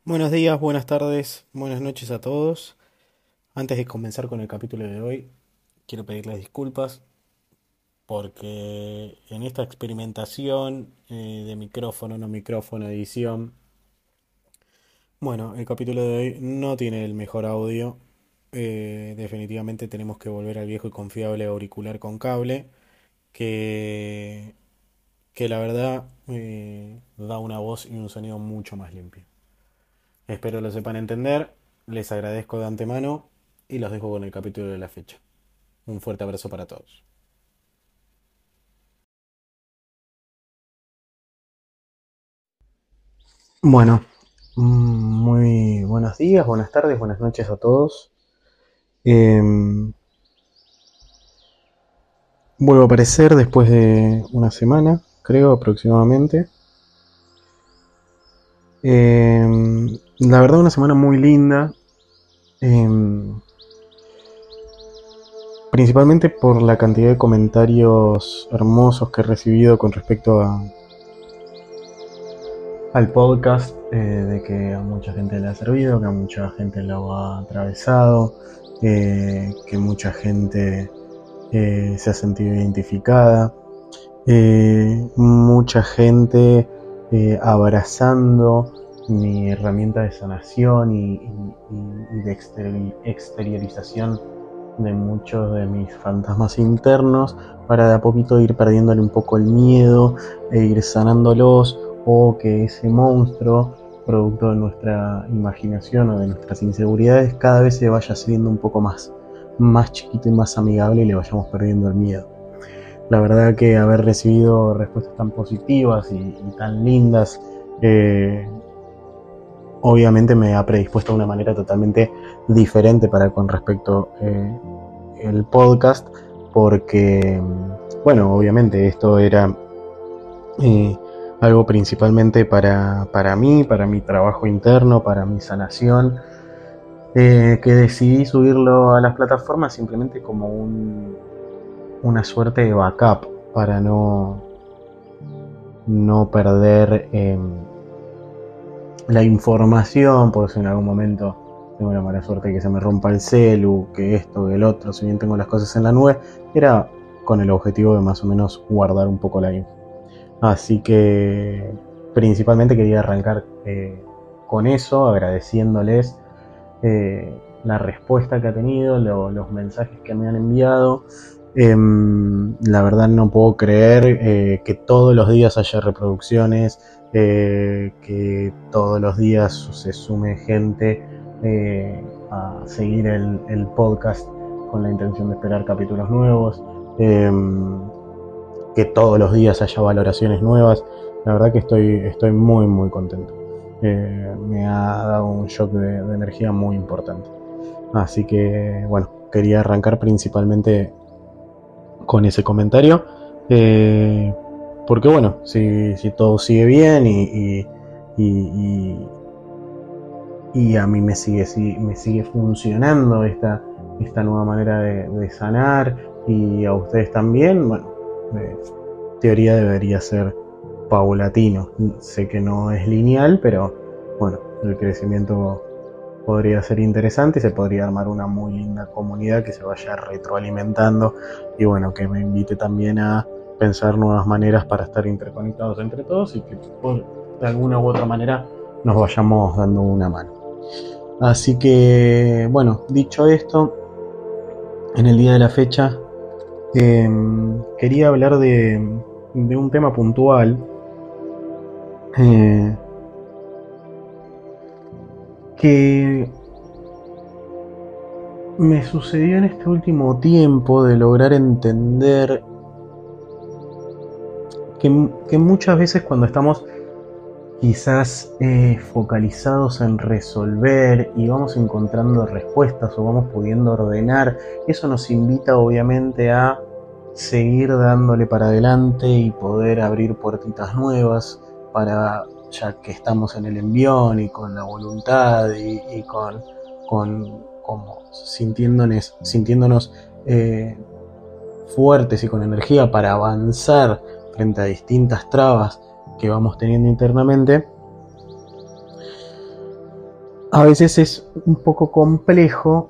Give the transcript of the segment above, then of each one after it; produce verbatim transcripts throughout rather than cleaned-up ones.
Buenos días, buenas tardes, buenas noches a todos. Antes de comenzar con el capítulo de hoy, quiero pedirles disculpas porque en esta experimentación eh, de micrófono, no micrófono, edición, bueno, el capítulo de hoy no tiene el mejor audio. Eh, definitivamente tenemos que volver al viejo y confiable auricular con cable, que, que la verdad eh, da una voz y un sonido mucho más limpio. Espero lo sepan entender, les agradezco de antemano y los dejo con el capítulo de la fecha. Un fuerte abrazo para todos. Bueno, mm, muy buenos días, buenas tardes, buenas noches a todos. Em, vuelvo a aparecer después de una semana, creo aproximadamente. Em, la verdad una semana muy linda. Em, principalmente por la cantidad de comentarios hermosos que he recibido con respecto a, al podcast, eh, de que a mucha gente le ha servido, que a mucha gente lo ha atravesado, eh, que mucha gente eh, se ha sentido identificada, eh, mucha gente eh, abrazando mi herramienta de sanación y, y, y de exteriorización de muchos de mis fantasmas internos, para de a poquito ir perdiéndole un poco el miedo e ir sanándolos, o que ese monstruo, producto de nuestra imaginación o de nuestras inseguridades, cada vez se vaya haciendo un poco más, más chiquito y más amigable y le vayamos perdiendo el miedo. La verdad que haber recibido respuestas tan positivas y, y tan lindas, eh, obviamente me ha predispuesto de una manera totalmente diferente para con respecto eh, el podcast, porque, bueno, obviamente esto era eh, algo principalmente para, para mí, para mi trabajo interno, para mi sanación, eh, que decidí subirlo a las plataformas simplemente como un, una suerte de backup para no, no perder eh, la información, por si en algún momento tengo la mala suerte de que se me rompa el celu, que esto, que el otro, si bien tengo las cosas en la nube, era con el objetivo de más o menos guardar un poco la info. Así que principalmente quería arrancar eh, con eso, agradeciéndoles eh, la respuesta que ha tenido, lo, los mensajes que me han enviado. Eh, la verdad no puedo creer eh, que todos los días haya reproducciones, eh, que todos los días se sume gente eh, a seguir el, el podcast con la intención de esperar capítulos nuevos, eh, que todos los días haya valoraciones nuevas. La verdad que estoy, estoy muy muy contento. Eh, me ha dado un shock de, de energía muy importante. Así que bueno, quería arrancar principalmente con ese comentario, eh, porque bueno, si, si todo sigue bien y, y, y, y, y a mí me sigue, me sigue funcionando esta, esta nueva manera de, de sanar, y a ustedes también, bueno, en teoría debería ser paulatino. Sé que no es lineal, pero bueno, el crecimiento podría ser interesante y se podría armar una muy linda comunidad que se vaya retroalimentando, y bueno, que me invite también a pensar nuevas maneras para estar interconectados entre todos y que por de alguna u otra manera nos vayamos dando una mano. Así que bueno, dicho esto, en el día de la fecha eh, quería hablar de, de un tema puntual eh, que me sucedió en este último tiempo, de lograr entender que, que muchas veces cuando estamos quizás eh, focalizados en resolver y vamos encontrando respuestas o vamos pudiendo ordenar, eso nos invita obviamente a seguir dándole para adelante y poder abrir puertitas nuevas, para, ya que estamos en el envión y con la voluntad y, y con, con como sintiéndonos, sintiéndonos eh, fuertes y con energía para avanzar frente a distintas trabas que vamos teniendo internamente. a veces es un poco complejo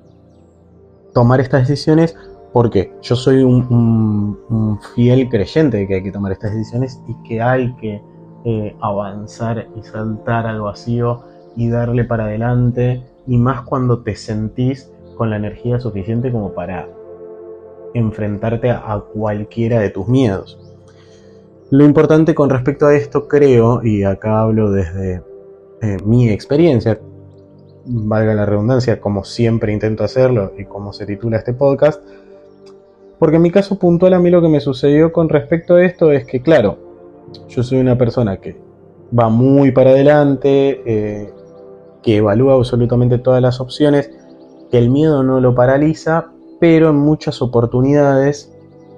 tomar estas decisiones porque yo soy un, un, un fiel creyente de que hay que tomar estas decisiones y que hay que eh, avanzar y saltar al vacío y darle para adelante, y más cuando te sentís con la energía suficiente como para enfrentarte a, a cualquiera de tus miedos. Lo importante con respecto a esto, creo, y acá hablo desde eh, mi experiencia, valga la redundancia, como siempre intento hacerlo y como se titula este podcast, porque en mi caso puntual a mí lo que me sucedió con respecto a esto es que, claro, yo soy una persona que va muy para adelante, eh, que evalúa absolutamente todas las opciones, que el miedo no lo paraliza, pero en muchas oportunidades,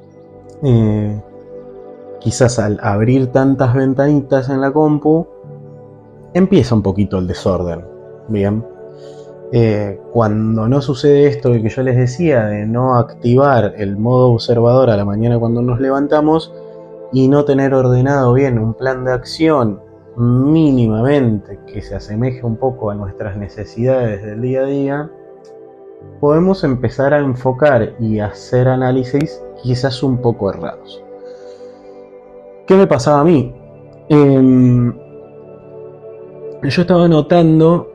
eh, quizás al abrir tantas ventanitas en la compu, empieza un poquito el desorden, ¿bien? Eh, cuando no sucede esto que yo les decía, de no activar el modo observador a la mañana cuando nos levantamos y no tener ordenado bien un plan de acción mínimamente que se asemeje un poco a nuestras necesidades del día a día, podemos empezar a enfocar y hacer análisis quizás un poco errados. ¿Qué me pasaba a mí? Eh, yo estaba notando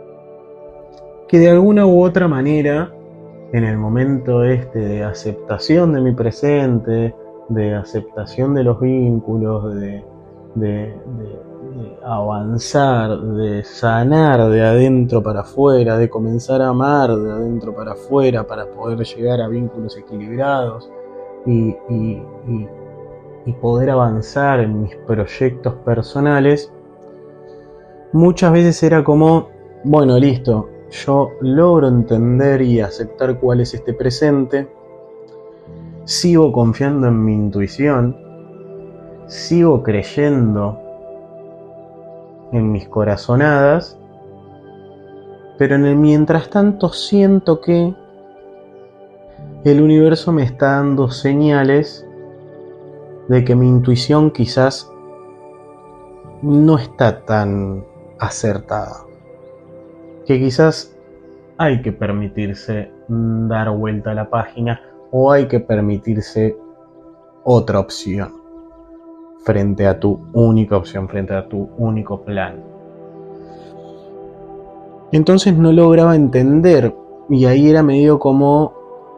que de alguna u otra manera, en el momento este de aceptación de mi presente, de aceptación de los vínculos, de, de, de, de avanzar, de sanar de adentro para afuera, de comenzar a amar de adentro para afuera para poder llegar a vínculos equilibrados y, y, y, y poder avanzar en mis proyectos personales, muchas veces era como, bueno, listo, yo logro entender y aceptar cuál es este presente, sigo confiando en mi intuición, sigo creyendo en mis corazonadas, pero en el mientras tanto siento que el universo me está dando señales de que mi intuición quizás no está tan acertada, que quizás hay que permitirse dar vuelta a la página o hay que permitirse otra opción frente a tu única opción, frente a tu único plan. Entonces no lograba entender, y ahí era medio como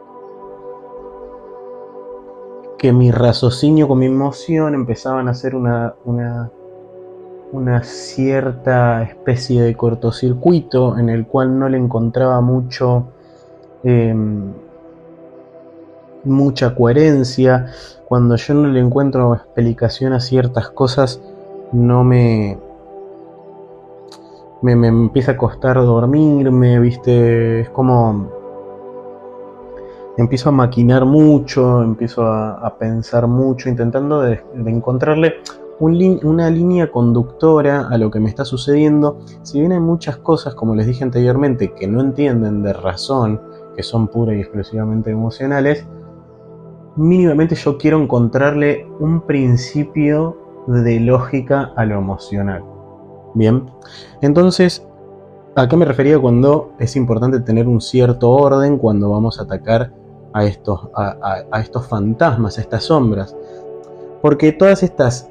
que mi raciocinio con mi emoción empezaban a hacer una, una una cierta especie de cortocircuito en el cual no le encontraba mucho eh, mucha coherencia. Cuando yo no le encuentro explicación a ciertas cosas, no me me, me empieza a costar dormirme, ¿viste? Es como empiezo a maquinar mucho, empiezo a, a pensar mucho, intentando de, de encontrarle Un li- una línea conductora a lo que me está sucediendo. Si bien hay muchas cosas, como les dije anteriormente, que no entienden de razón, que son pura y exclusivamente emocionales, mínimamente yo quiero encontrarle un principio de lógica a lo emocional. Bien, entonces, ¿a qué me refería cuando es importante tener un cierto orden cuando vamos a atacar a estos, a, a, a estos fantasmas, a estas sombras? Porque todas estas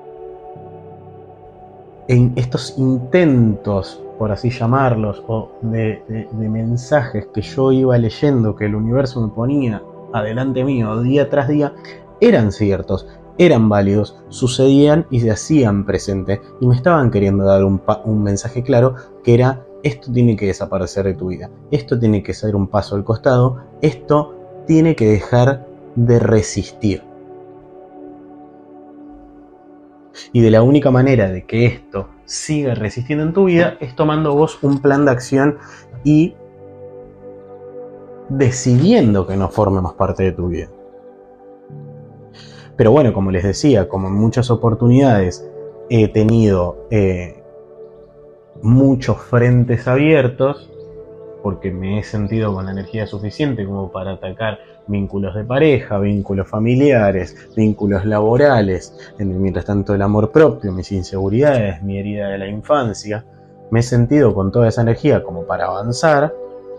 en estos intentos, por así llamarlos, o de, de, de mensajes que yo iba leyendo, que el universo me ponía adelante mío día tras día, eran ciertos, eran válidos, sucedían y se hacían presente, y me estaban queriendo dar un, pa- un mensaje claro, que era: esto tiene que desaparecer de tu vida, esto tiene que ser un paso al costado, esto tiene que dejar de resistir. Y de la única manera de que esto siga resistiendo en tu vida es tomando vos un plan de acción y decidiendo que no formemos parte de tu vida. Pero bueno, como les decía, como en muchas oportunidades he tenido eh, muchos frentes abiertos, porque me he sentido con la energía suficiente como para atacar vínculos de pareja, vínculos familiares, vínculos laborales, en el mientras tanto el amor propio, mis inseguridades, mi herida de la infancia, me he sentido con toda esa energía como para avanzar,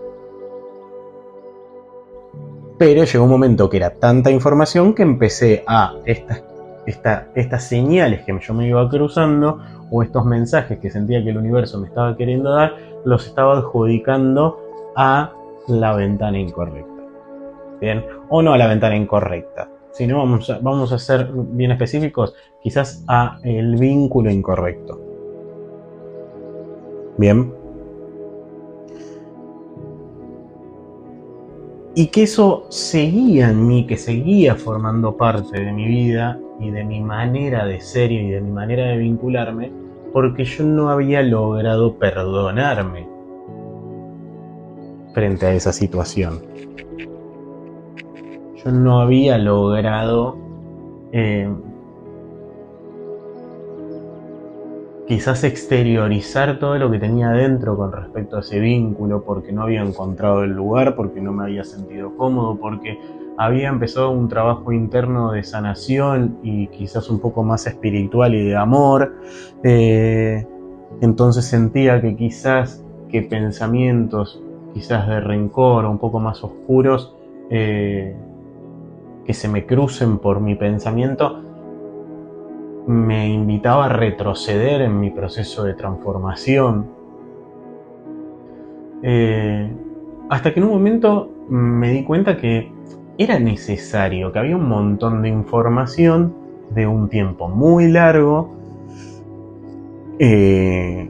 pero llegó un momento que era tanta información que empecé a estas, esta, estas señales que yo me iba cruzando o estos mensajes que sentía que el universo me estaba queriendo dar, los estaba adjudicando a la ventana incorrecta. Bien, o no a la ventana incorrecta, sino vamos a, vamos a ser bien específicos, quizás a el vínculo incorrecto. Bien. Y que eso seguía en mí, que seguía formando parte de mi vida y de mi manera de ser y de mi manera de vincularme, porque yo no había logrado perdonarme frente a esa situación. Yo no había logrado eh, quizás exteriorizar todo lo que tenía dentro con respecto a ese vínculo, porque no había encontrado el lugar, porque no me había sentido cómodo, porque había empezado un trabajo interno de sanación y quizás un poco más espiritual y de amor. Eh, entonces sentía que quizás que pensamientos quizás de rencor o un poco más oscuros eh, que se me crucen por mi pensamiento me invitaba a retroceder en mi proceso de transformación. Eh, hasta que en un momento me di cuenta que era necesario, que había un montón de información de un tiempo muy largo eh,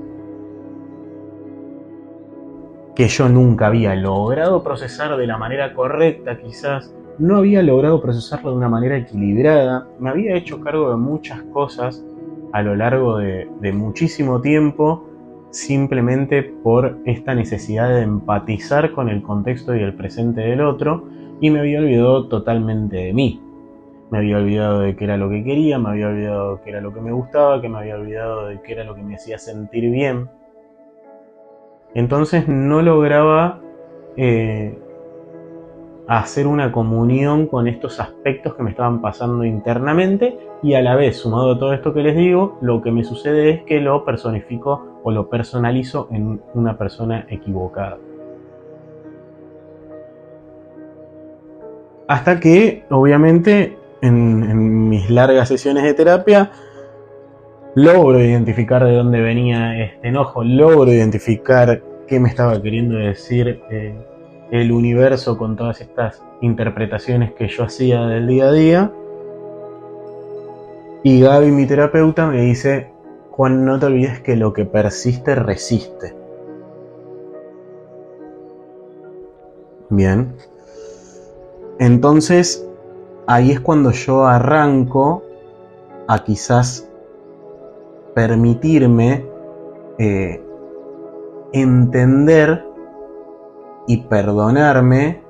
que yo nunca había logrado procesar de la manera correcta, quizás no había logrado procesarlo de una manera equilibrada, me había hecho cargo de muchas cosas a lo largo de, de muchísimo tiempo, simplemente por esta necesidad de empatizar con el contexto y el presente del otro, y me había olvidado totalmente de mí. Me había olvidado de qué era lo que quería, me había olvidado de qué era lo que me gustaba, que me había olvidado de qué era lo que me hacía sentir bien. Entonces no lograba eh, hacer una comunión con estos aspectos que me estaban pasando internamente, y a la vez, sumado a todo esto que les digo, lo que me sucede es que lo personifico o lo personalizo en una persona equivocada. Hasta que, obviamente, en, en mis largas sesiones de terapia, logro identificar de dónde venía este enojo, logro identificar qué me estaba queriendo decir eh, el universo con todas estas interpretaciones que yo hacía del día a día. Y Gaby, mi terapeuta, me dice: Juan, no te olvides que lo que persiste resiste. Bien. Entonces, ahí es cuando yo arranco a quizás permitirme eh, entender y perdonarme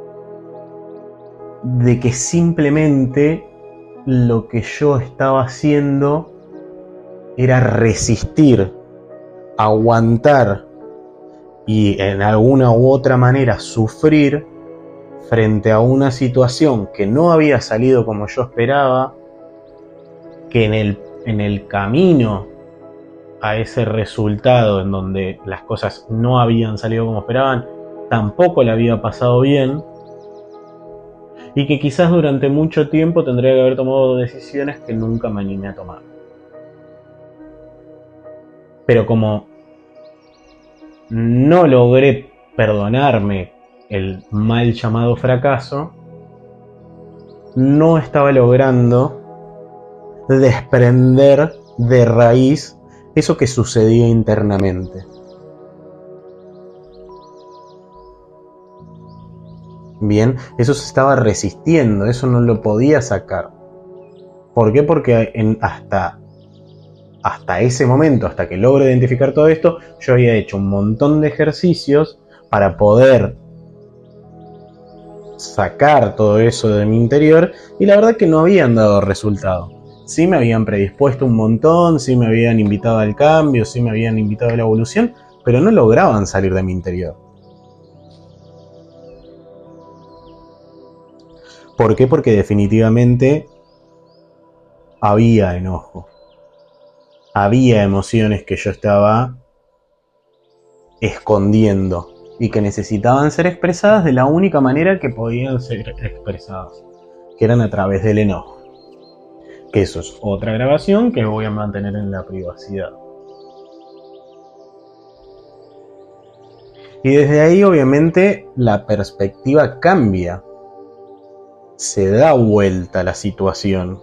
de que simplemente lo que yo estaba haciendo era resistir, aguantar y en alguna u otra manera sufrir frente a una situación que no había salido como yo esperaba, que en el, en el camino a ese resultado en donde las cosas no habían salido como esperaban, tampoco le había pasado bien, y que quizás durante mucho tiempo tendría que haber tomado decisiones que nunca me animé a tomar. Pero como no logré perdonarme el mal llamado fracaso, no estaba logrando desprender de raíz eso que sucedía internamente. Bien, eso se estaba resistiendo, eso no lo podía sacar. ¿Por qué? Porque en, hasta, hasta ese momento, hasta que logro identificar todo esto, yo había hecho un montón de ejercicios para poder sacar todo eso de mi interior, y la verdad que no habían dado resultado. Sí me habían predispuesto un montón, sí me habían invitado al cambio, sí me habían invitado a la evolución, pero no lograban salir de mi interior. ¿Por qué? Porque definitivamente había enojo, había emociones que yo estaba escondiendo y que necesitaban ser expresadas de la única manera que podían ser expresadas, que eran a través del enojo. Que eso es otra grabación que voy a mantener en la privacidad. Y desde ahí obviamente la perspectiva cambia, se da vuelta la situación.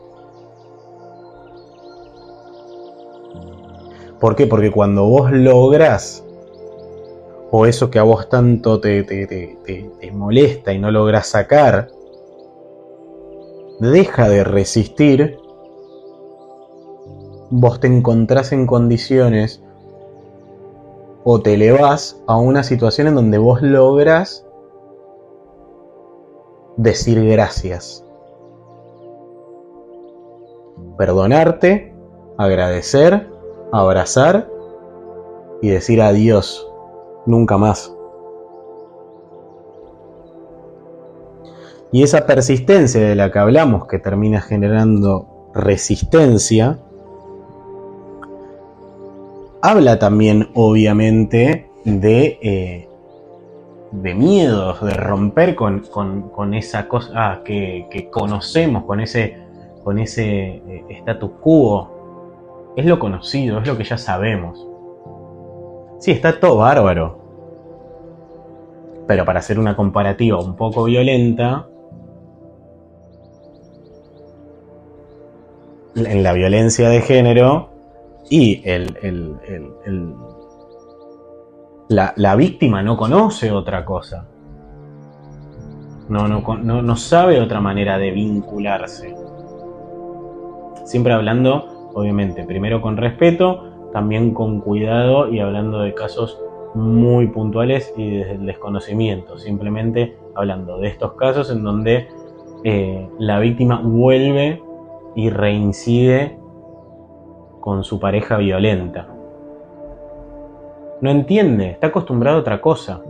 ¿Por qué? Porque cuando vos lográs, o eso que a vos tanto te, te, te, te, te molesta y no lográs sacar, deja de resistir, vos te encontrás en condiciones o te elevás a una situación en donde vos lográs decir gracias, perdonarte, agradecer, abrazar y decir adiós, nunca más. Y esa persistencia de la que hablamos, que termina generando resistencia, habla también obviamente de, eh, de miedos, de romper con, con, con esa cosa ah, que, que conocemos, con ese, con ese eh, status quo. Es lo conocido, es lo que ya sabemos. Sí, está todo bárbaro. Pero para hacer una comparativa un poco violenta, en la violencia de género y el, el, el, el, la, la víctima no conoce otra cosa. No, no, no, no sabe otra manera de vincularse. Siempre hablando, obviamente, primero con respeto, también con cuidado y hablando de casos muy puntuales y desde el desconocimiento. Simplemente hablando de estos casos en donde eh, la víctima vuelve y reincide con su pareja violenta. No entiende, está acostumbrado a otra cosa.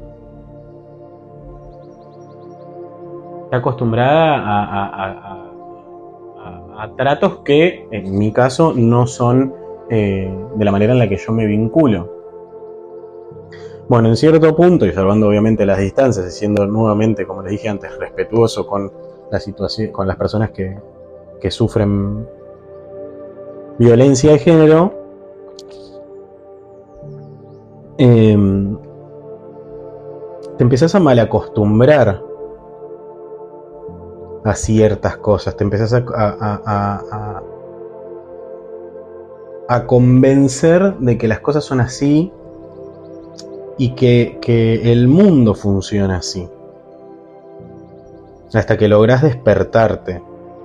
Está acostumbrada a, a, a, a, a tratos que, en mi caso, no son eh, de la manera en la que yo me vinculo. Bueno, en cierto punto, y salvando obviamente las distancias, y siendo nuevamente, como les dije antes, respetuoso con la situación, con las personas que, que sufren violencia de género, eh, te empezás a malacostumbrar a ciertas cosas, te empezás a, a, a, a, a convencer de que las cosas son así y que, que el mundo funciona así, hasta que lográs despertarte.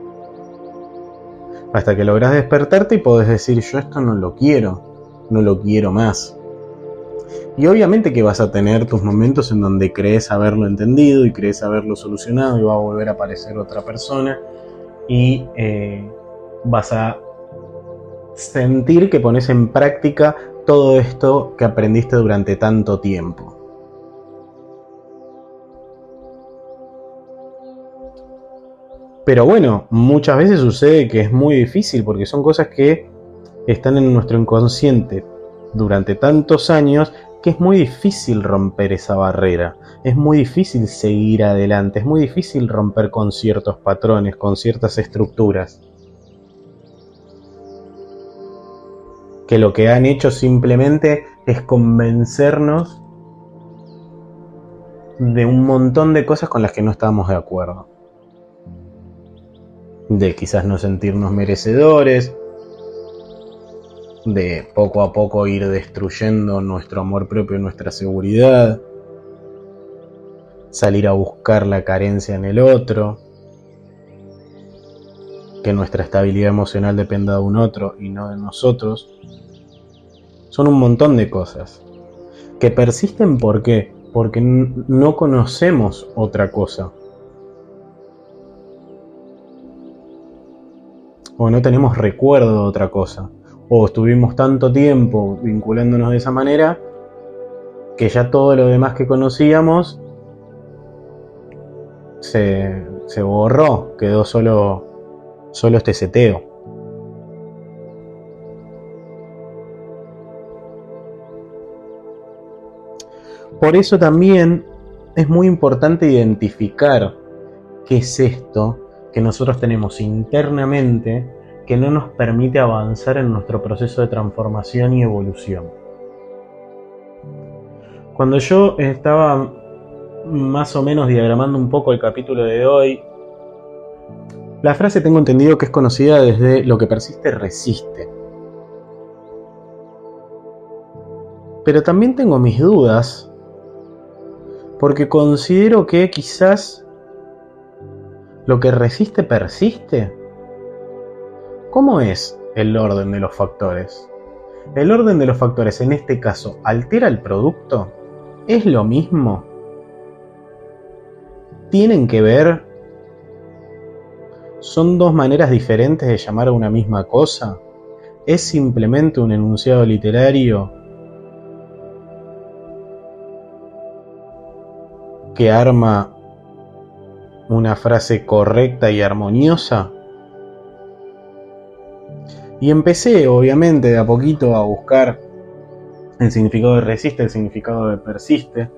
Hasta que lográs despertarte y podés decir, yo esto no lo quiero, no lo quiero más. Y obviamente que vas a tener tus momentos en donde crees haberlo entendido y crees haberlo solucionado y va a volver a aparecer otra persona y eh, vas a sentir que pones en práctica todo esto que aprendiste durante tanto tiempo. Pero bueno, muchas veces sucede que es muy difícil porque son cosas que están en nuestro inconsciente durante tantos años que es muy difícil romper esa barrera. Es muy difícil seguir adelante, es muy difícil romper con ciertos patrones, con ciertas estructuras. Que lo que han hecho simplemente es convencernos de un montón de cosas con las que no estábamos de acuerdo. De quizás no sentirnos merecedores, de poco a poco ir destruyendo nuestro amor propio y nuestra seguridad, salir a buscar la carencia en el otro, que nuestra estabilidad emocional dependa de un otro y no de nosotros. Son un montón de cosas que persisten. ¿Por qué? Porque no conocemos otra cosa. O no tenemos recuerdo de otra cosa, o estuvimos tanto tiempo vinculándonos de esa manera que ya todo lo demás que conocíamos se, se borró, quedó solo, solo este seteo. Por eso también es muy importante identificar qué es esto que nosotros tenemos internamente que no nos permite avanzar en nuestro proceso de transformación y evolución. Cuando yo estaba más o menos diagramando un poco el capítulo de hoy, la frase tengo entendido que es conocida desde lo que persiste resiste. Pero también tengo mis dudas, porque considero que quizás lo que resiste persiste. ¿Cómo es el orden de los factores? ¿El orden de los factores en este caso altera el producto? ¿Es lo mismo? ¿Tienen que ver? ¿Son dos maneras diferentes de llamar a una misma cosa? ¿Es simplemente un enunciado literario que arma una frase correcta y armoniosa? Y empecé, obviamente, de a poquito a buscar el significado de resiste, el significado de persiste.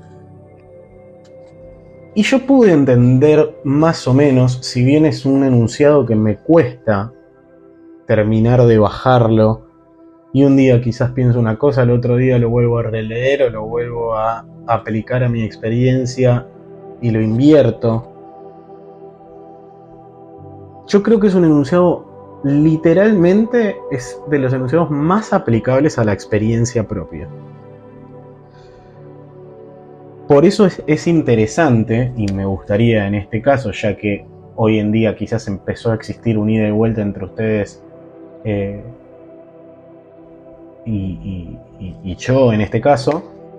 Y yo pude entender más o menos, si bien es un enunciado que me cuesta terminar de bajarlo, y un día quizás pienso una cosa, el otro día lo vuelvo a releer o lo vuelvo a aplicar a mi experiencia y lo invierto. Yo creo que es un enunciado, literalmente, es de los enunciados más aplicables a la experiencia propia. Por eso es, es interesante, y me gustaría en este caso, ya que hoy en día quizás empezó a existir un ida y vuelta entre ustedes eh, y, y, y, y yo en este caso,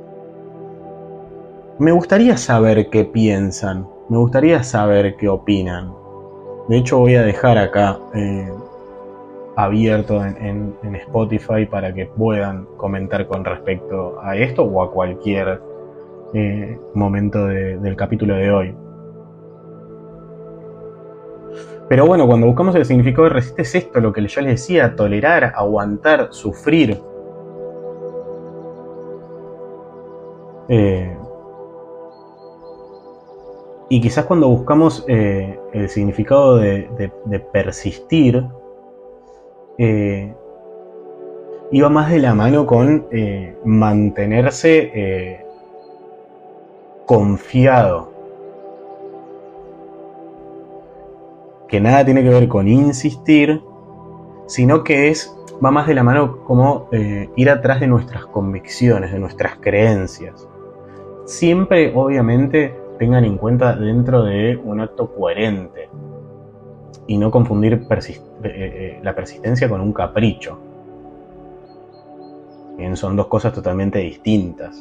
me gustaría saber qué piensan, me gustaría saber qué opinan. De hecho voy a dejar acá eh, abierto en, en, en Spotify para que puedan comentar con respecto a esto o a cualquier eh, momento de, del capítulo de hoy. Pero bueno, cuando buscamos el significado de resiste es esto, lo que yo les decía: tolerar, aguantar, sufrir. Eh, y quizás cuando buscamos eh, el significado de, de, de persistir, Eh, iba más de la mano con eh, mantenerse eh, confiado, que nada tiene que ver con insistir, sino que es va más de la mano como eh, ir atrás de nuestras convicciones, de nuestras creencias. Siempre, obviamente, tengan en cuenta dentro de un acto coherente y no confundir persist- eh, la persistencia con un capricho. Bien, son dos cosas totalmente distintas.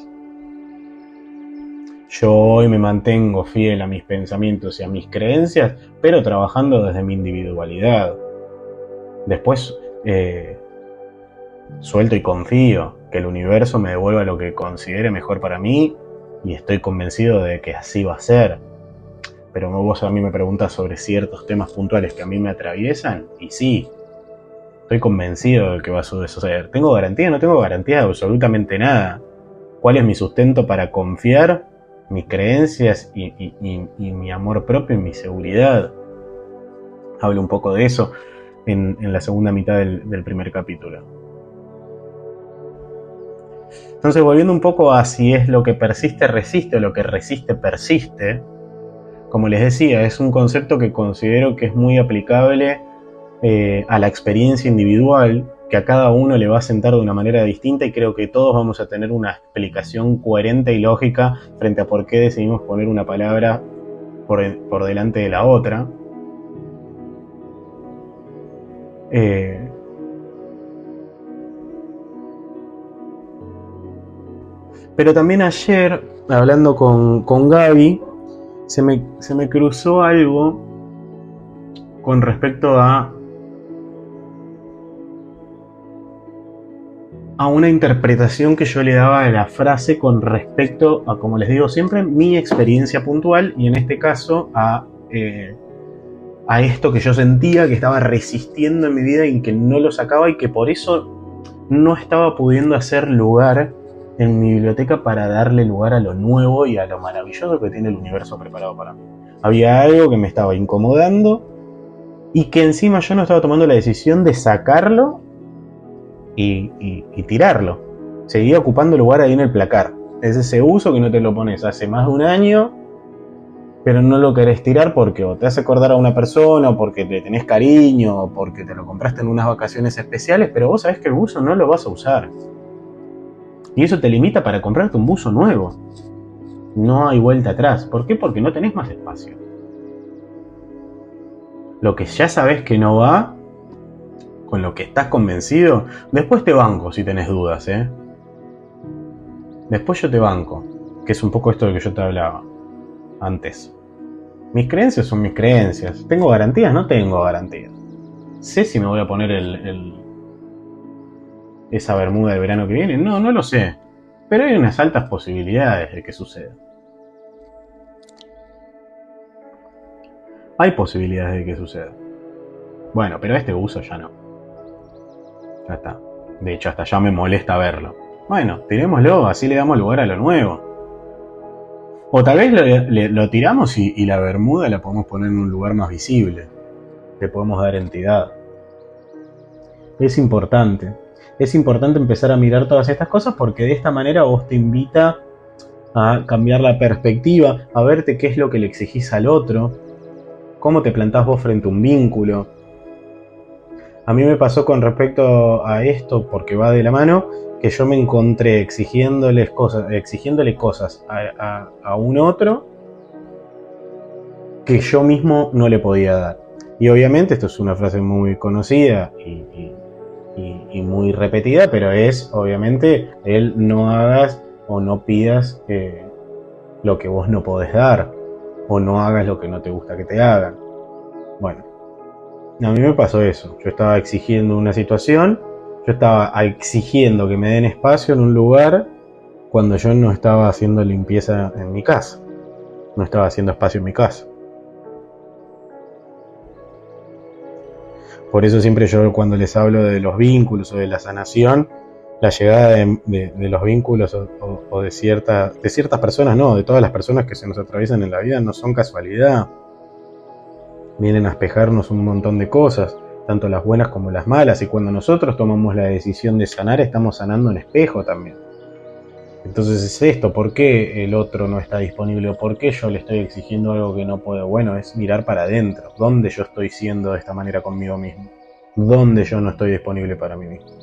Yo hoy me mantengo fiel a mis pensamientos y a mis creencias, pero trabajando desde mi individualidad. Después eh, suelto y confío que el universo me devuelva lo que considere mejor para mí, y estoy convencido de que así va a ser. Pero vos a mí me preguntas sobre ciertos temas puntuales que a mí me atraviesan, y sí, estoy convencido de que va a suceder. ¿Tengo garantía? No tengo garantía de absolutamente nada. ¿Cuál es mi sustento para confiar? Mis creencias y, y, y, y mi amor propio y mi seguridad. Hablo un poco de eso en, en la segunda mitad del, del primer capítulo. Entonces, volviendo un poco a si es lo que persiste resiste o lo que resiste persiste, como les decía, es un concepto que considero que es muy aplicable eh, a la experiencia individual, que a cada uno le va a sentar de una manera distinta, y creo que todos vamos a tener una explicación coherente y lógica frente a por qué decidimos poner una palabra por, por delante de la otra. Eh, pero también ayer, hablando con, con Gaby, se me, se me cruzó algo con respecto a a una interpretación que yo le daba de la frase con respecto a, como les digo siempre, mi experiencia puntual, y en este caso a, eh, a esto que yo sentía que estaba resistiendo en mi vida y que no lo sacaba, y que por eso no estaba pudiendo hacer lugar en mi biblioteca para darle lugar a lo nuevo y a lo maravilloso que tiene el universo preparado para mí. Había algo que me estaba incomodando y que encima yo no estaba tomando la decisión de sacarlo y, y, y tirarlo. Seguía ocupando lugar ahí en el placar. Es ese uso que no te lo pones hace más de un año, pero no lo querés tirar porque o te hace acordar a una persona, o porque le tenés cariño, o porque te lo compraste en unas vacaciones especiales, pero vos sabés que el buzo no lo vas a usar. Y eso te limita para comprarte un buzo nuevo. No hay vuelta atrás. ¿Por qué? Porque no tenés más espacio. Lo que ya sabés que no va, con lo que estás convencido, después te banco si tenés dudas, ¿eh? Después yo te banco, que es un poco esto de que yo te hablaba antes. Mis creencias son mis creencias. ¿Tengo garantías? No tengo garantías. ¿Sé si me voy a poner el, el, esa bermuda del verano que viene? No, no lo sé. Pero hay unas altas posibilidades de que suceda. Hay posibilidades de que suceda. Bueno, pero este uso ya no. Ya está. De hecho, hasta ya me molesta verlo. Bueno, tirémoslo, así le damos lugar a lo nuevo. O tal vez lo, le, lo tiramos y, y la bermuda la podemos poner en un lugar más visible. Le podemos dar entidad. Es importante. Es importante empezar a mirar todas estas cosas porque de esta manera vos te invita a cambiar la perspectiva, a verte qué es lo que le exigís al otro, cómo te plantás vos frente a un vínculo. A mí me pasó con respecto a esto, porque va de la mano, que yo me encontré exigiéndoles cosas, exigiéndole cosas a, a, a un otro que yo mismo no le podía dar. Y obviamente esto es una frase muy conocida y, y, y, y muy repetida, pero es obviamente el no hagas o no pidas eh, lo que vos no podés dar, o no hagas lo que no te gusta que te hagan. Bueno, a mí me pasó eso. Yo estaba exigiendo una situación, yo estaba exigiendo que me den espacio en un lugar cuando yo no estaba haciendo limpieza en mi casa, no estaba haciendo espacio en mi casa. Por eso siempre yo cuando les hablo de los vínculos o de la sanación, la llegada de, de, de los vínculos o, o, o de, cierta, de ciertas personas, no, de todas las personas que se nos atraviesan en la vida, no son casualidad. Vienen a espejarnos un montón de cosas, tanto las buenas como las malas, y cuando nosotros tomamos la decisión de sanar, estamos sanando en espejo también. Entonces es esto, ¿por qué el otro no está disponible? ¿O por qué yo le estoy exigiendo algo que no puedo? Bueno, es mirar para adentro, ¿dónde yo estoy siendo de esta manera conmigo mismo? ¿Dónde yo no estoy disponible para mí mismo?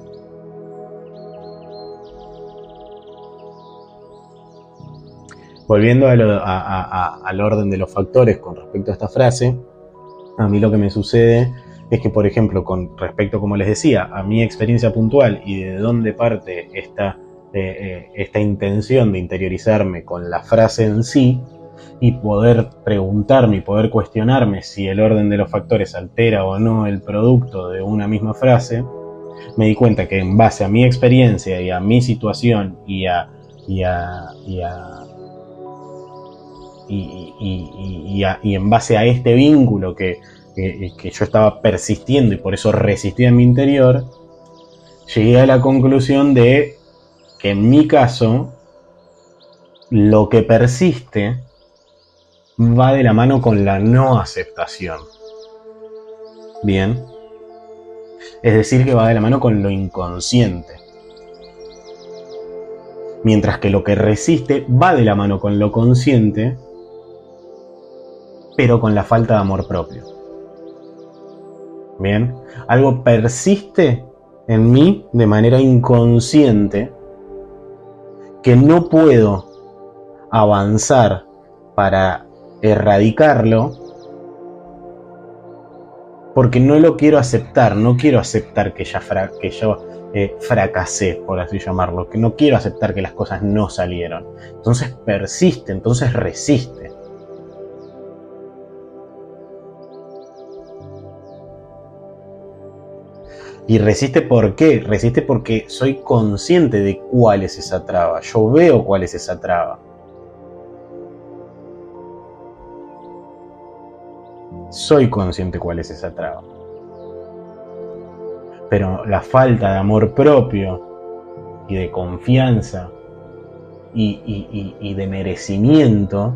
Volviendo a lo, a, a, a, al orden de los factores con respecto a esta frase, a mí lo que me sucede es que, por ejemplo, con respecto, como les decía, a mi experiencia puntual y de dónde parte esta, eh, eh, esta intención de interiorizarme con la frase en sí y poder preguntarme y poder cuestionarme si el orden de los factores altera o no el producto de una misma frase, me di cuenta que en base a mi experiencia y a mi situación y a... Y a, y a Y, y, y, y, a, y en base a este vínculo que, que, que yo estaba persistiendo y por eso resistía en mi interior, llegué a la conclusión de que en mi caso lo que persiste va de la mano con la no aceptación. Bien, es decir, que va de la mano con lo inconsciente, mientras que lo que resiste va de la mano con lo consciente, pero con la falta de amor propio. Bien, algo persiste en mí de manera inconsciente que no puedo avanzar para erradicarlo porque no lo quiero aceptar, no quiero aceptar que ya fra que yo eh, fracasé, por así llamarlo, que no quiero aceptar que las cosas no salieron. Entonces persiste, entonces resiste. Y resiste ¿por qué? Resiste porque soy consciente de cuál es esa traba. Yo veo cuál es esa traba. Soy consciente cuál es esa traba. Pero la falta de amor propio y de confianza y, y, y, y de merecimiento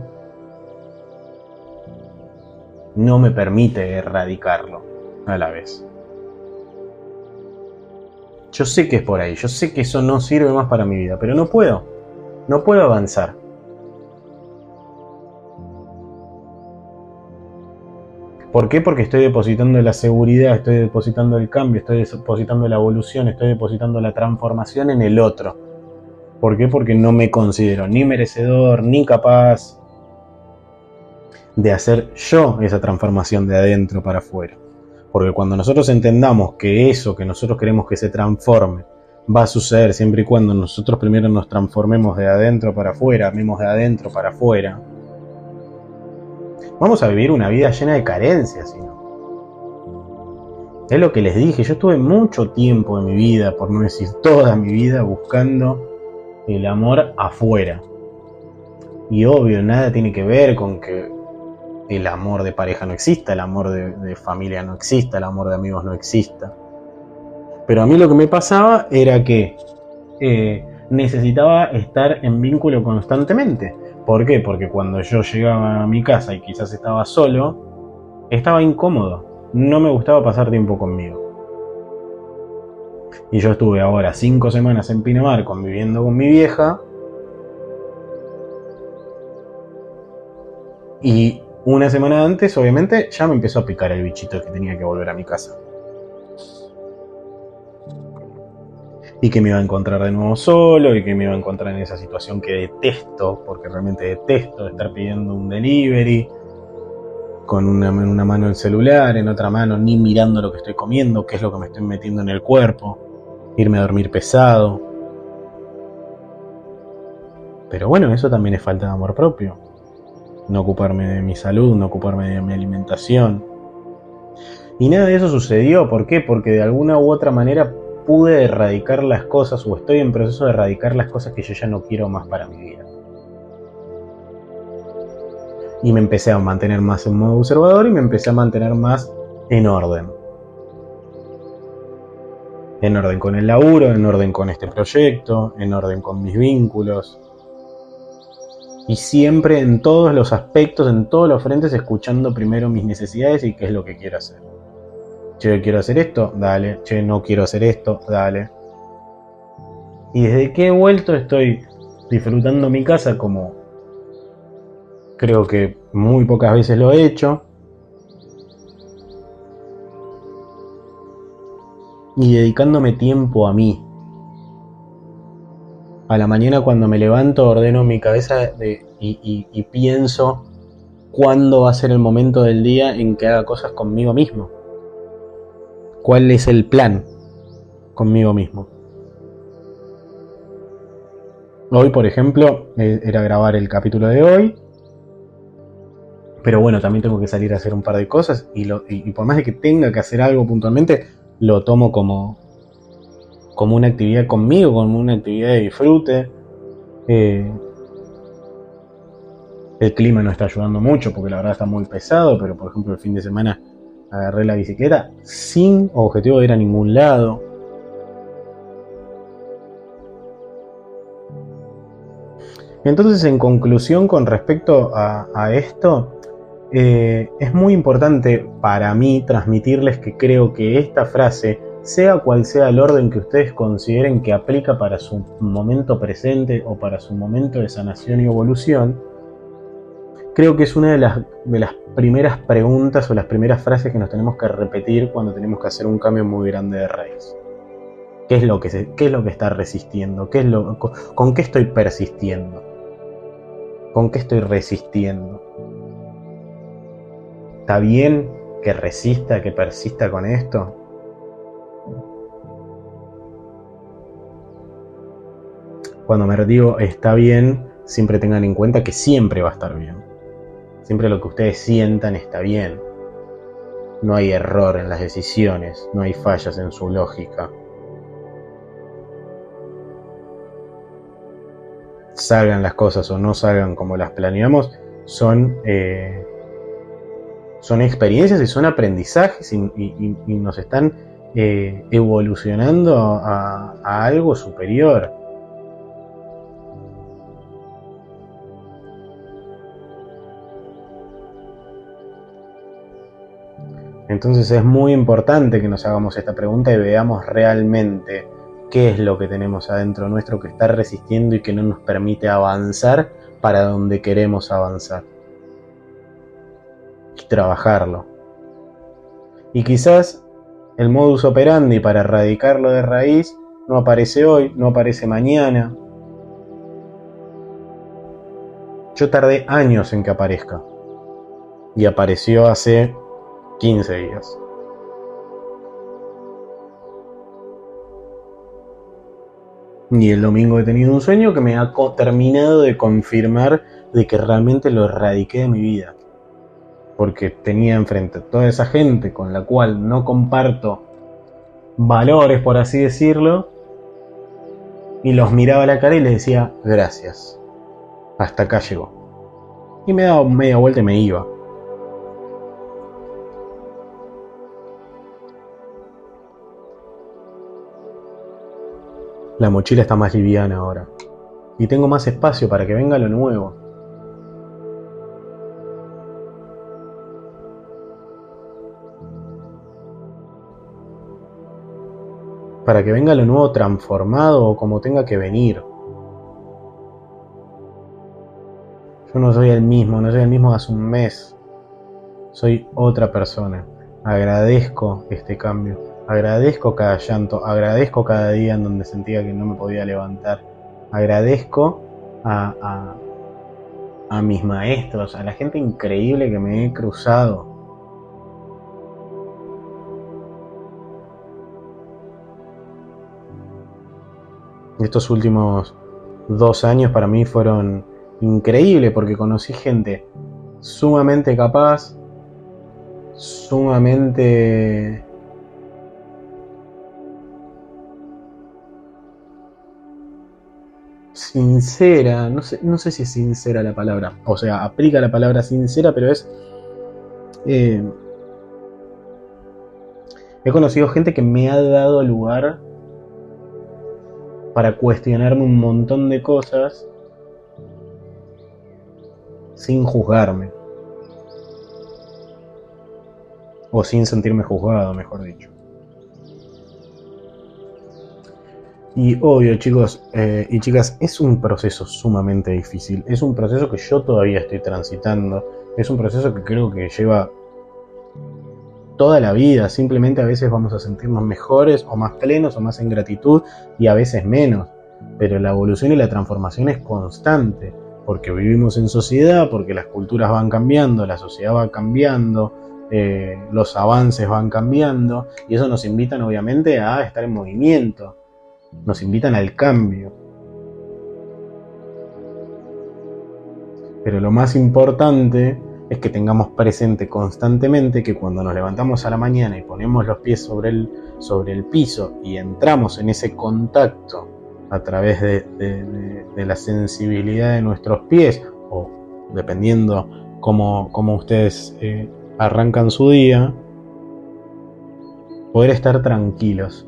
no me permite erradicarlo a la vez. Yo sé que es por ahí, yo sé que eso no sirve más para mi vida, pero no puedo, no puedo avanzar. ¿Por qué? Porque estoy depositando la seguridad, estoy depositando el cambio, estoy depositando la evolución, estoy depositando la transformación en el otro. ¿Por qué? Porque no me considero ni merecedor, ni capaz de hacer yo esa transformación de adentro para afuera. Porque cuando nosotros entendamos que eso que nosotros queremos que se transforme va a suceder siempre y cuando nosotros primero nos transformemos de adentro para afuera, amemos de adentro para afuera, vamos a vivir una vida llena de carencias, ¿no? Es lo que les dije, yo estuve mucho tiempo de mi vida, por no decir toda mi vida, buscando el amor afuera. Y obvio, nada tiene que ver con que el amor de pareja no exista, el amor de, de familia no exista, el amor de amigos no exista. Pero a mí lo que me pasaba era que eh, necesitaba estar en vínculo constantemente. ¿Por qué? Porque cuando yo llegaba a mi casa y quizás estaba solo, estaba incómodo. No me gustaba pasar tiempo conmigo. Y yo estuve ahora cinco semanas en Pinamar conviviendo con mi vieja. Y una semana antes, obviamente, ya me empezó a picar el bichito que tenía que volver a mi casa. Y que me iba a encontrar de nuevo solo, y que me iba a encontrar en esa situación que detesto, porque realmente detesto estar pidiendo un delivery, con una, en una mano el celular, en otra mano ni mirando lo que estoy comiendo, qué es lo que me estoy metiendo en el cuerpo, irme a dormir pesado. Pero bueno, eso también es falta de amor propio. No ocuparme de mi salud, no ocuparme de mi alimentación. Y nada de eso sucedió. ¿Por qué? Porque de alguna u otra manera pude erradicar las cosas, o estoy en proceso de erradicar las cosas que yo ya no quiero más para mi vida. Y me empecé a mantener más en modo observador y me empecé a mantener más en orden. En orden con el laburo, en orden con este proyecto, en orden con mis vínculos. Y siempre en todos los aspectos, en todos los frentes, escuchando primero mis necesidades y qué es lo que quiero hacer. Che, quiero hacer esto, dale. Che, no quiero hacer esto, dale. Y desde que he vuelto estoy disfrutando mi casa como creo que muy pocas veces lo he hecho. Y dedicándome tiempo a mí. A la mañana cuando me levanto ordeno mi cabeza de, y, y, y pienso cuándo va a ser el momento del día en que haga cosas conmigo mismo. ¿Cuál es el plan conmigo mismo? Hoy, por ejemplo, era grabar el capítulo de hoy. Pero bueno, también tengo que salir a hacer un par de cosas. Y, lo, y, y por más de que tenga que hacer algo puntualmente, lo tomo como, como una actividad conmigo, como una actividad de disfrute. Eh, el clima no está ayudando mucho porque la verdad está muy pesado. Pero por ejemplo el fin de semana agarré la bicicleta sin objetivo de ir a ningún lado. Entonces, en conclusión con respecto a, a esto, eh, es muy importante para mí transmitirles que creo que esta frase, sea cual sea el orden que ustedes consideren que aplica para su momento presente o para su momento de sanación y evolución, creo que es una de las, de las primeras preguntas o las primeras frases que nos tenemos que repetir cuando tenemos que hacer un cambio muy grande de raíz. ¿Qué es lo que, se, qué es lo que está resistiendo? ¿Qué es lo, con, ¿Con qué estoy persistiendo? ¿Con qué estoy resistiendo? ¿Está bien que resista, que persista con esto? Cuando me digo está bien, siempre tengan en cuenta que siempre va a estar bien. Siempre lo que ustedes sientan está bien. No hay error en las decisiones, no hay fallas en su lógica. Salgan las cosas o no salgan como las planeamos, son, eh, son experiencias y son aprendizajes y, y, y nos están eh, evolucionando a, a algo superior. Entonces es muy importante que nos hagamos esta pregunta y veamos realmente qué es lo que tenemos adentro nuestro que está resistiendo y que no nos permite avanzar para donde queremos avanzar. Y trabajarlo. Y quizás el modus operandi para erradicarlo de raíz no aparece hoy, no aparece mañana. Yo tardé años en que aparezca. Y apareció hace quince días. Y el domingo he tenido un sueño que me ha terminado de confirmar de que realmente lo erradiqué de mi vida. Porque tenía enfrente a toda esa gente con la cual no comparto valores, por así decirlo, y los miraba a la cara y les decía gracias. Hasta acá llegó. Y me daba media vuelta y me iba. La mochila está más liviana ahora. Y tengo más espacio para que venga lo nuevo. Para que venga lo nuevo transformado o como tenga que venir. Yo no soy el mismo, no soy el mismo de hace un mes. Soy otra persona. Agradezco este cambio. Agradezco cada llanto. Agradezco cada día en donde sentía que no me podía levantar. Agradezco a, a, a mis maestros, a la gente increíble que me he cruzado. Estos últimos dos años para mí fueron increíbles porque conocí gente sumamente capaz, sumamente sincera, no sé, no sé si es sincera la palabra, o sea, aplica la palabra sincera, pero es... Eh, he conocido gente que me ha dado lugar para cuestionarme un montón de cosas sin juzgarme. O sin sentirme juzgado, mejor dicho. Y obvio, chicos eh, y chicas, es un proceso sumamente difícil. Es un proceso que yo todavía estoy transitando. Es un proceso que creo que lleva toda la vida. Simplemente a veces vamos a sentirnos mejores o más plenos o más en gratitud y a veces menos. Pero la evolución y la transformación es constante. Porque vivimos en sociedad, porque las culturas van cambiando, la sociedad va cambiando, eh, los avances van cambiando. Y eso nos invitan obviamente a estar en movimiento. Nos invitan al cambio. Pero lo más importante es que tengamos presente constantemente que cuando nos levantamos a la mañana y ponemos los pies sobre el, sobre el piso y entramos en ese contacto a través de, de, de, de la sensibilidad de nuestros pies, o dependiendo cómo, cómo ustedes eh, arrancan su día, poder estar tranquilos.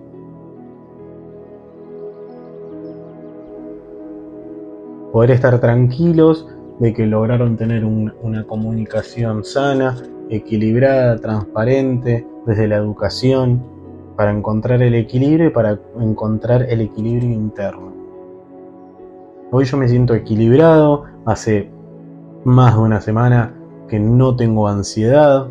Poder estar tranquilos de que lograron tener un, una comunicación sana, equilibrada, transparente, desde la educación, para encontrar el equilibrio y para encontrar el equilibrio interno. Hoy yo me siento equilibrado, hace más de una semana que no tengo ansiedad,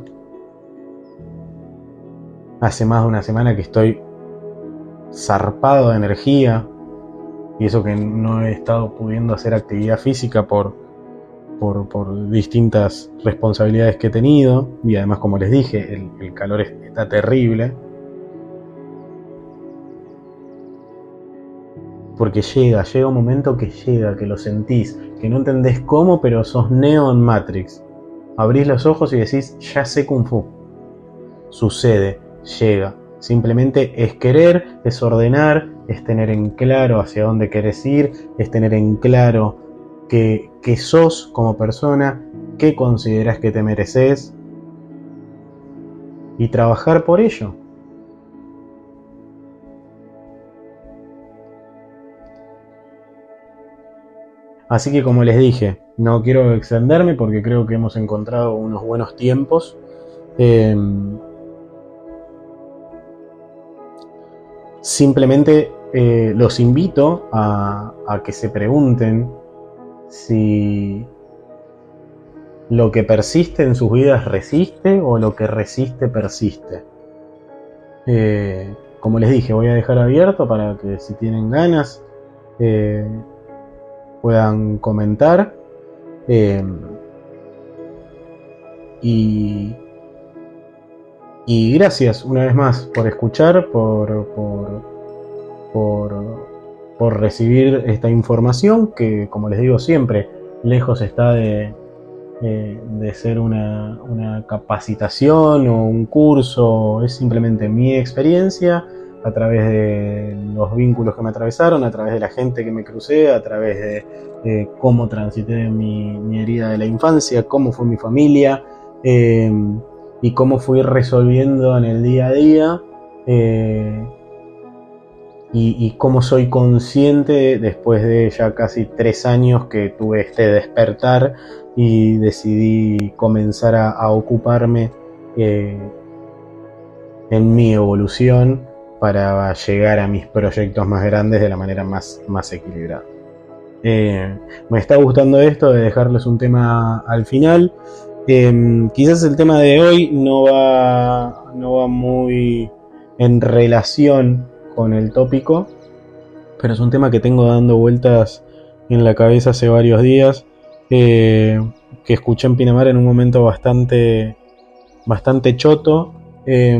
hace más de una semana que estoy zarpado de energía, y eso que no he estado pudiendo hacer actividad física por, por, por distintas responsabilidades que he tenido. Y además, como les dije, el, el calor está terrible. Porque llega, llega un momento que llega, que lo sentís, que no entendés cómo, pero sos Neo en Matrix. Abrís los ojos y decís, ya sé Kung Fu. Sucede, llega. Simplemente es querer, es ordenar, es tener en claro hacia dónde querés ir, es tener en claro qué, qué sos como persona, qué considerás que te mereces y trabajar por ello. Así que, como les dije, no quiero extenderme porque creo que hemos encontrado unos buenos tiempos. Eh, simplemente eh, los invito a, a que se pregunten si lo que persiste en sus vidas resiste o lo que resiste persiste. Eh, como les dije, voy a dejar abierto para que si tienen ganas eh, puedan comentar. Eh, y, y gracias una vez más por escuchar, por, por, por, por recibir esta información que, como les digo siempre, lejos está de, de, de ser una, una capacitación o un curso. Es simplemente mi experiencia a través de los vínculos que me atravesaron, a través de la gente que me crucé, a través de, de cómo transité mi, mi herida de la infancia, cómo fue mi familia, eh, y cómo fui resolviendo en el día a día, eh, y, y cómo soy consciente después de ya casi tres años que tuve este despertar y decidí comenzar a, a ocuparme eh, en mi evolución para llegar a mis proyectos más grandes de la manera más, más equilibrada. Eh, me está gustando esto de dejarles un tema al final. Eh, quizás el tema de hoy no va, no va muy en relación con el tópico, pero es un tema que tengo dando vueltas en la cabeza hace varios días, eh, que escuché en Pinamar en un momento bastante, bastante choto. Eh,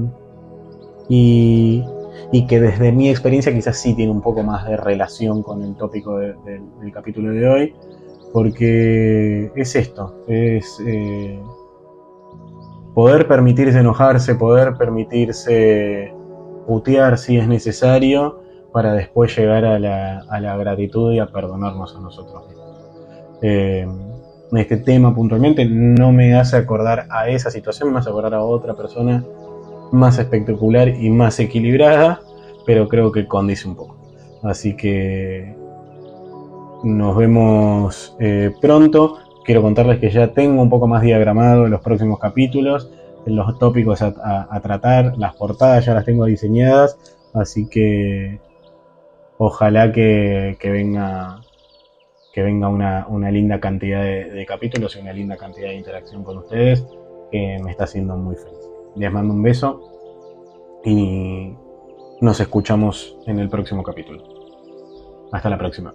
Y, y que desde mi experiencia quizás sí tiene un poco más de relación con el tópico de, de, del capítulo de hoy, porque es esto, es eh, poder permitirse enojarse, poder permitirse putear si es necesario, para después llegar a la, a la gratitud y a perdonarnos a nosotros mismos. Eh, este tema puntualmente no me hace acordar a esa situación, me hace acordar a otra persona más espectacular y más equilibrada, pero creo que condice un poco. Así que nos vemos eh, pronto. Quiero contarles que ya tengo un poco más diagramado en los próximos capítulos, en los tópicos a, a, a tratar, las portadas ya las tengo diseñadas, así que ojalá que, que venga que venga una, una linda cantidad de, de capítulos y una linda cantidad de interacción con ustedes, que me está haciendo muy feliz. Les mando un beso y nos escuchamos en el próximo capítulo. Hasta la próxima.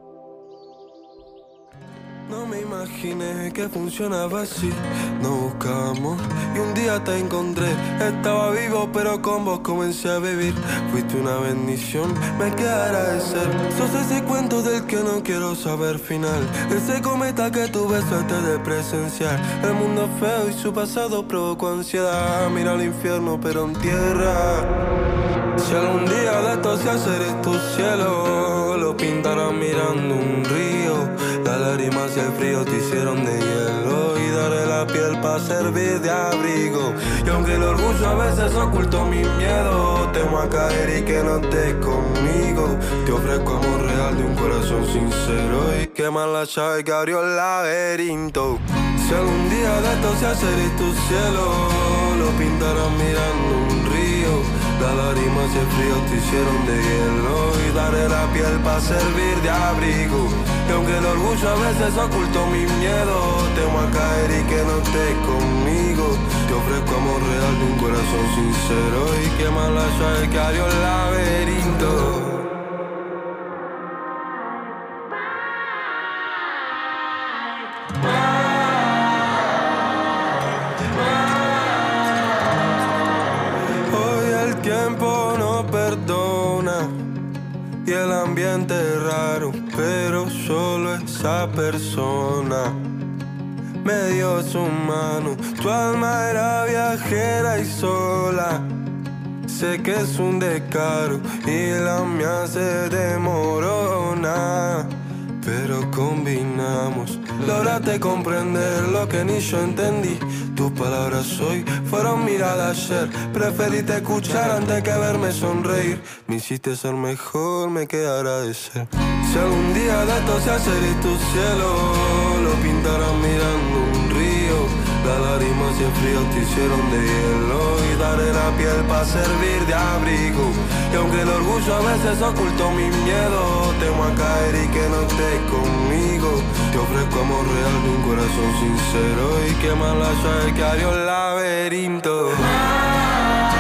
No me imaginé que funcionaba así. Nos buscamos y un día te encontré. Estaba vivo pero con vos comencé a vivir. Fuiste una bendición, me queda agradecer. Sos ese cuento del que no quiero saber final. Ese cometa que tuve suerte de presenciar. El mundo feo y su pasado provocó ansiedad. Mira el infierno pero en tierra. Si algún día de esto se hace tu cielo, lo pintarán mirando un río. Las lágrimas y el frío te hicieron de hielo y daré la piel para servir de abrigo. Y aunque el orgullo a veces ocultó mi miedo, temo a caer y que no estés conmigo. Te ofrezco amor real de un corazón sincero y quemar la llave que abrió el laberinto. Si algún día de esto se hace tu cielo, lo pintarán mirando un río. Las lágrimas y el frío te hicieron de hielo y daré la piel para servir de abrigo. Y aunque el orgullo a veces ocultó mi miedo, temo a caer y que no estés conmigo. Te ofrezco amor real de un corazón sincero y quemar la llave que abrió el laberinto. Y el ambiente es raro, pero solo esa persona me dio su mano. Tu alma era viajera y sola. Sé que es un descaro y la mía se demorona, pero combinamos. Lograste comprender lo que ni yo entendí. Tus palabras hoy fueron miradas ayer. Preferiste escuchar antes que verme sonreír. Me hiciste ser mejor, me queda agradecer. Si algún día de esto se hace tu cielo, lo pintarán mirando un río. Las lágrimas y el frío te hicieron de hielo y daré la piel para servir de abrigo. Y aunque el orgullo a veces ocultó mi miedo, temo a caer y que no estés conmigo. Te ofrezco amor real de un corazón sincero y que más la llave que abrió el laberinto.